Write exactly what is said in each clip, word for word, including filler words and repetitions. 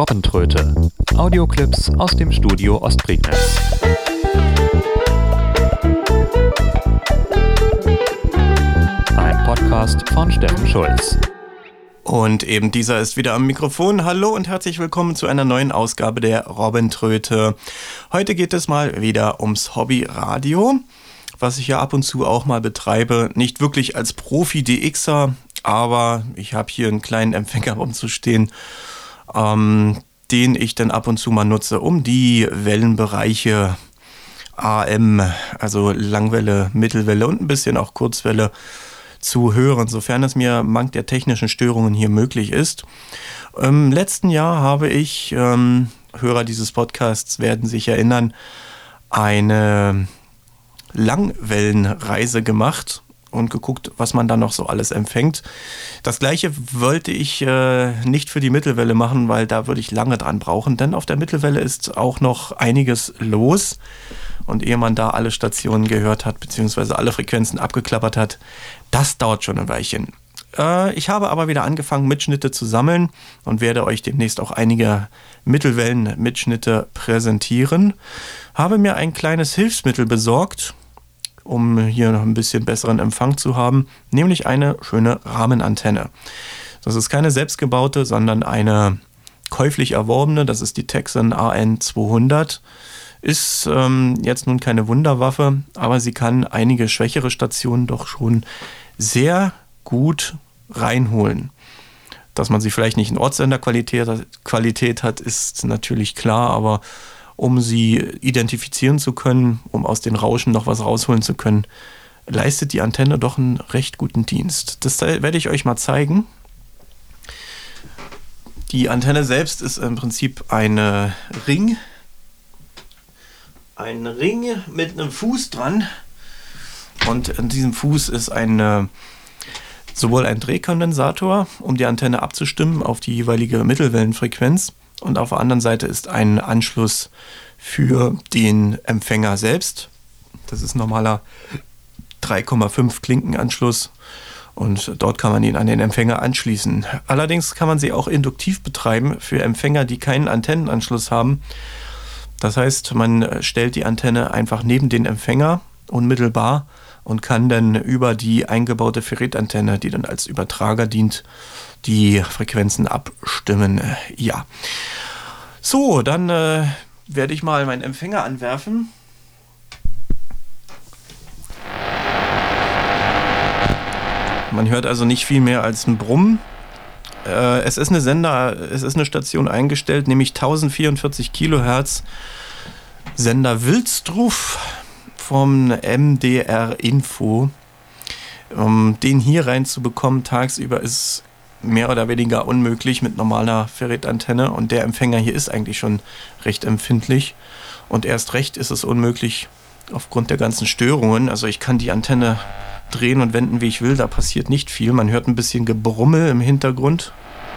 Robbentröte. Audioclips aus dem Studio Ostprignitz. Ein Podcast von Steffen Schulz. Und eben dieser ist wieder am Mikrofon. Hallo und herzlich willkommen zu einer neuen Ausgabe der Robbentröte. Heute geht es mal wieder ums Hobbyradio, was ich ja ab und zu auch mal betreibe. Nicht wirklich als Profi-D Xer, aber ich habe hier einen kleinen Empfänger rumzustehen, ähm, den ich dann ab und zu mal nutze, um die Wellenbereiche A M, also Langwelle, Mittelwelle und ein bisschen auch Kurzwelle zu hören, sofern es mir dank der technischen Störungen hier möglich ist. Im letzten Jahr habe ich, ähm, Hörer dieses Podcasts werden sich erinnern, eine Langwellenreise gemacht und geguckt, was man da noch so alles empfängt. Das gleiche wollte ich äh, nicht für die Mittelwelle machen, weil da würde ich lange dran brauchen, denn auf der Mittelwelle ist auch noch einiges los. Und ehe man da alle Stationen gehört hat, beziehungsweise alle Frequenzen abgeklappert hat, das dauert schon ein Weilchen. Äh, ich habe aber wieder angefangen, Mitschnitte zu sammeln und werde euch demnächst auch einige Mittelwellen-Mitschnitte präsentieren. Habe mir ein kleines Hilfsmittel besorgt, um hier noch ein bisschen besseren Empfang zu haben, nämlich eine schöne Rahmenantenne. Das ist keine selbstgebaute, sondern eine käuflich erworbene, das ist die Texan A N zweihundert. Ist ähm, jetzt nun keine Wunderwaffe, aber sie kann einige schwächere Stationen doch schon sehr gut reinholen. Dass man sie vielleicht nicht in Ortssenderqualität Qualität hat, ist natürlich klar, aber um sie identifizieren zu können, um aus den Rauschen noch was rausholen zu können, leistet die Antenne doch einen recht guten Dienst. Das werde ich euch mal zeigen. Die Antenne selbst ist im Prinzip eine Ring, ein Ring mit einem Fuß dran, und an diesem Fuß ist eine, sowohl ein Drehkondensator, um die Antenne abzustimmen auf die jeweilige Mittelwellenfrequenz, und auf der anderen Seite ist ein Anschluss für den Empfänger selbst. Das ist ein normaler drei Komma fünf Klinkenanschluss und dort kann man ihn an den Empfänger anschließen. Allerdings kann man sie auch induktiv betreiben für Empfänger, die keinen Antennenanschluss haben. Das heißt, man stellt die Antenne einfach neben den Empfänger unmittelbar und kann dann über die eingebaute Ferritantenne, die dann als Übertrager dient, die Frequenzen abstimmen. Ja. So, dann äh, werde ich mal meinen Empfänger anwerfen. Man hört also nicht viel mehr als ein Brummen. Äh, es ist eine Sender, es ist eine Station eingestellt, nämlich tausendvierundvierzig Kilohertz, Sender Wilsdruff vom M D R Info. Um den hier reinzubekommen tagsüber ist mehr oder weniger unmöglich mit normaler Ferritantenne, und der Empfänger hier ist eigentlich schon recht empfindlich, und erst recht ist es unmöglich aufgrund der ganzen Störungen. Also ich kann die Antenne drehen und wenden, wie ich will, da passiert nicht viel. Man hört ein bisschen Gebrummel im Hintergrund.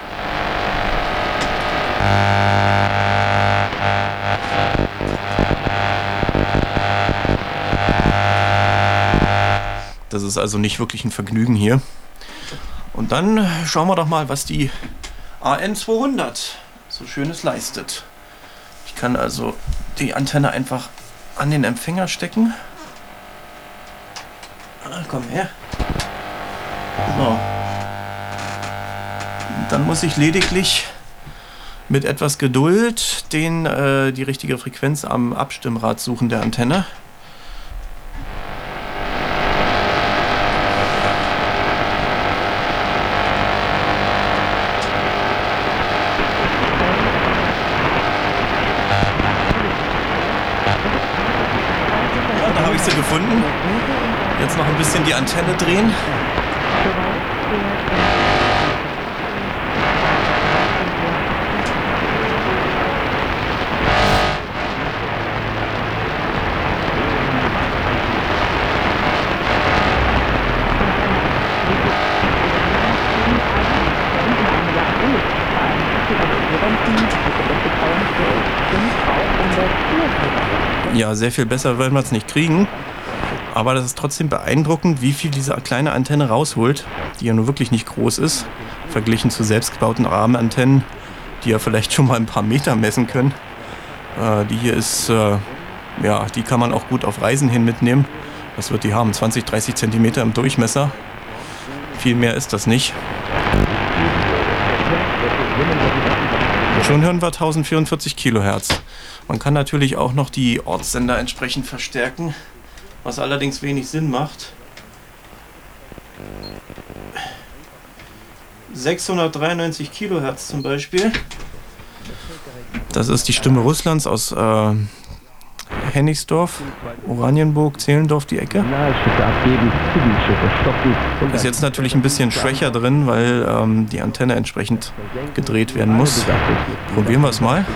Das ist also nicht wirklich ein Vergnügen hier. Und dann schauen wir doch mal, was die A N zweihundert so Schönes leistet. Ich kann also die Antenne einfach an den Empfänger stecken. Ah, komm her. So. Und dann muss ich lediglich mit etwas Geduld den, äh, die richtige Frequenz am Abstimmrad suchen der Antenne. Gefunden. Jetzt noch ein bisschen die Antenne drehen. Ja, sehr viel besser werden wir es nicht kriegen. Aber das ist trotzdem beeindruckend, wie viel diese kleine Antenne rausholt, die ja nur wirklich nicht groß ist, verglichen zu selbstgebauten Rahmenantennen, die ja vielleicht schon mal ein paar Meter messen können. Äh, die hier ist, äh, ja, die kann man auch gut auf Reisen hin mitnehmen. Was wird die haben? zwanzig, dreißig Zentimeter im Durchmesser. Viel mehr ist das nicht. Und schon hören wir tausendvierundvierzig Kilohertz. Man kann natürlich auch noch die Ortssender entsprechend verstärken, was allerdings wenig Sinn macht. sechshundertdreiundneunzig Kilohertz zum Beispiel. Das ist die Stimme Russlands aus äh, Hennigsdorf, Oranienburg, Zehlendorf, die Ecke. Ist jetzt natürlich ein bisschen schwächer drin, weil ähm, die Antenne entsprechend gedreht werden muss. Probieren wir es mal.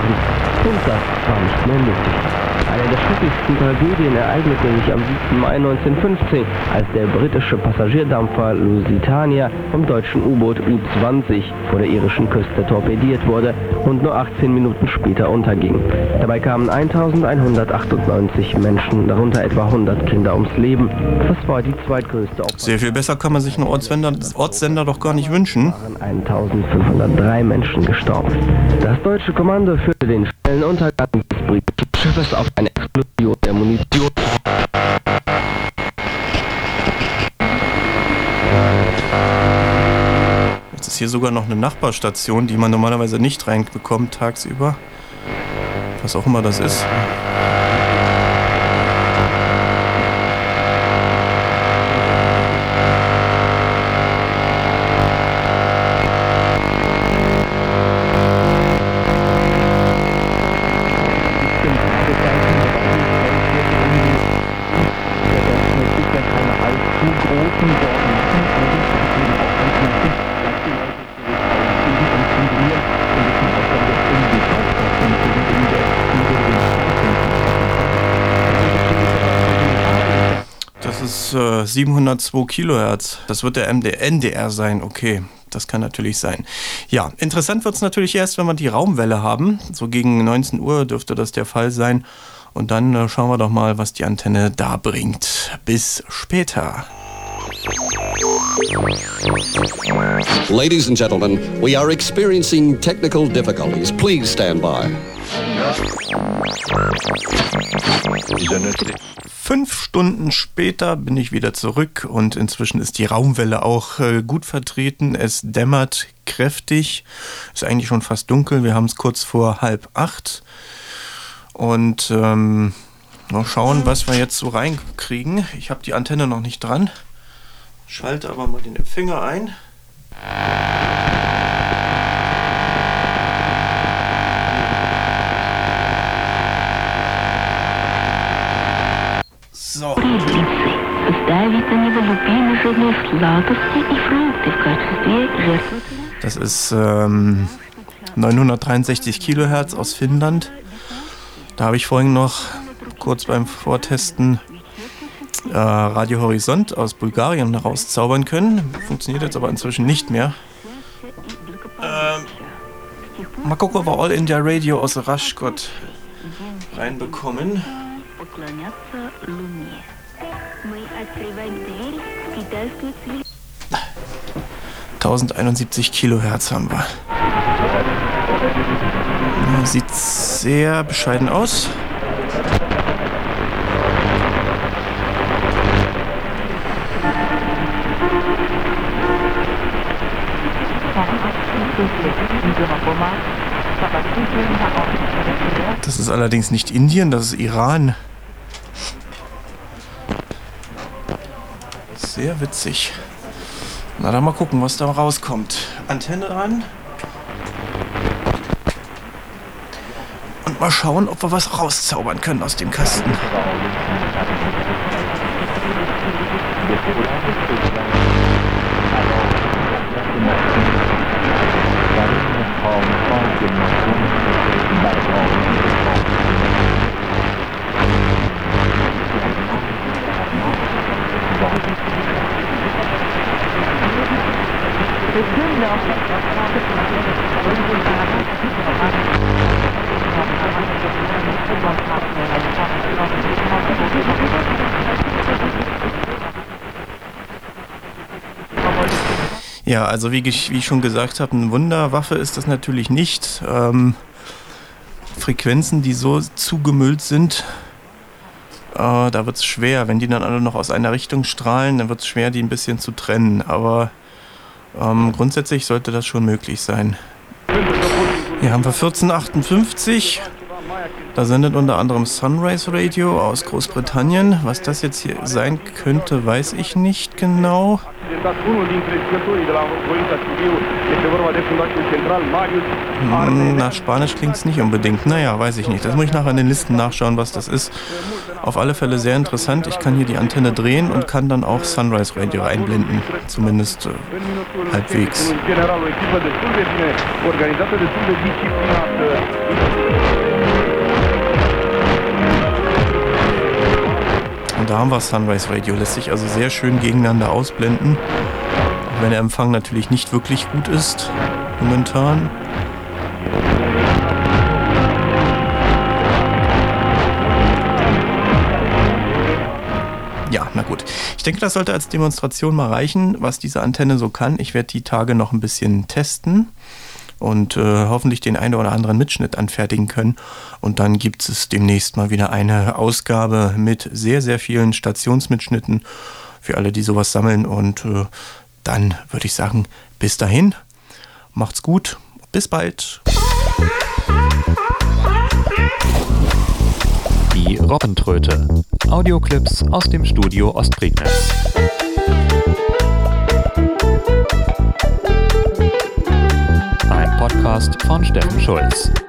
Eine der schrecklichsten Tragödien ereignete sich am siebten Mai neunzehnhundertfünfzehn, als der britische Passagierdampfer Lusitania vom deutschen U-Boot U zwanzig vor der irischen Küste torpediert wurde und nur achtzehn Minuten später unterging. Dabei kamen eintausendeinhundertachtundneunzig Menschen, darunter etwa hundert Kinder, ums Leben. Das war die zweitgrößte Opfer. Sehr viel besser kann man sich einen Ortssender, Ortssender doch gar nicht wünschen. Waren eintausendfünfhundertdrei Menschen gestorben. Das deutsche Kommando führte den schnellen Untergang des britischen Schiffes auf eine Explosion der Munition. Jetzt ist hier sogar noch eine Nachbarstation, die man normalerweise nicht reinbekommt tagsüber. Was auch immer das ist. äh, siebenhundertzwei Kilohertz. Das wird der M D N D R sein, okay. Das kann natürlich sein. Ja, interessant wird es natürlich erst, wenn wir die Raumwelle haben. So gegen neunzehn Uhr dürfte das der Fall sein. Und dann äh, schauen wir doch mal, was die Antenne da bringt. Bis später. Ladies and gentlemen, we are experiencing technical difficulties. Please stand by. Fünf Stunden später bin ich wieder zurück und inzwischen ist die Raumwelle auch äh, gut vertreten. Es dämmert kräftig, ist eigentlich schon fast dunkel. Wir haben es kurz vor halb acht und ähm, mal schauen, was wir jetzt so reinkriegen. Ich habe die Antenne noch nicht dran, schalte aber mal den Empfänger ein. So. Das ist ähm, neunhundertdreiundsechzig Kilohertz aus Finnland. Da habe ich vorhin noch kurz beim Vortesten äh, Radio Horizont aus Bulgarien herauszaubern können. Funktioniert jetzt aber inzwischen nicht mehr. Ähm, mal gucken, ob wir All India Radio aus Rashkot reinbekommen. tausendeinundsiebzig Kilohertz haben wir. Sieht sehr bescheiden aus. Das ist allerdings nicht Indien, das ist Iran. Sehr witzig. Na dann mal gucken, was da rauskommt. Antenne an. Und mal schauen, ob wir was rauszaubern können aus dem Kasten. Ja, also wie ich, wie ich schon gesagt habe, eine Wunderwaffe ist das natürlich nicht. Ähm, Frequenzen, die so zugemüllt sind, äh, da wird es schwer. Wenn die dann alle noch aus einer Richtung strahlen, dann wird es schwer, die ein bisschen zu trennen. Aber ähm, grundsätzlich sollte das schon möglich sein. Hier haben wir vierzehn achtundfünfzig. Da sendet unter anderem Sunrise Radio aus Großbritannien. Was das jetzt hier sein könnte, weiß ich nicht genau. Hm, nach Spanisch klingt es nicht unbedingt. Naja, weiß ich nicht. Das muss ich nachher in den Listen nachschauen, was das ist. Auf alle Fälle sehr interessant. Ich kann hier die Antenne drehen und kann dann auch Sunrise Radio einblenden. Zumindest äh, halbwegs. Und da haben wir Sunrise Radio. Lässt sich also sehr schön gegeneinander ausblenden. Auch wenn der Empfang natürlich nicht wirklich gut ist, momentan. Ja, na gut. Ich denke, das sollte als Demonstration mal reichen, was diese Antenne so kann. Ich werde die Tage noch ein bisschen testen und äh, hoffentlich den einen oder anderen Mitschnitt anfertigen können. Und dann gibt es demnächst mal wieder eine Ausgabe mit sehr, sehr vielen Stationsmitschnitten für alle, die sowas sammeln. Und äh, dann würde ich sagen, bis dahin, macht's gut, bis bald. Die Robbentröte. Audioclips aus dem Studio Ostprignitz. Ein Podcast von Steffen Schulz.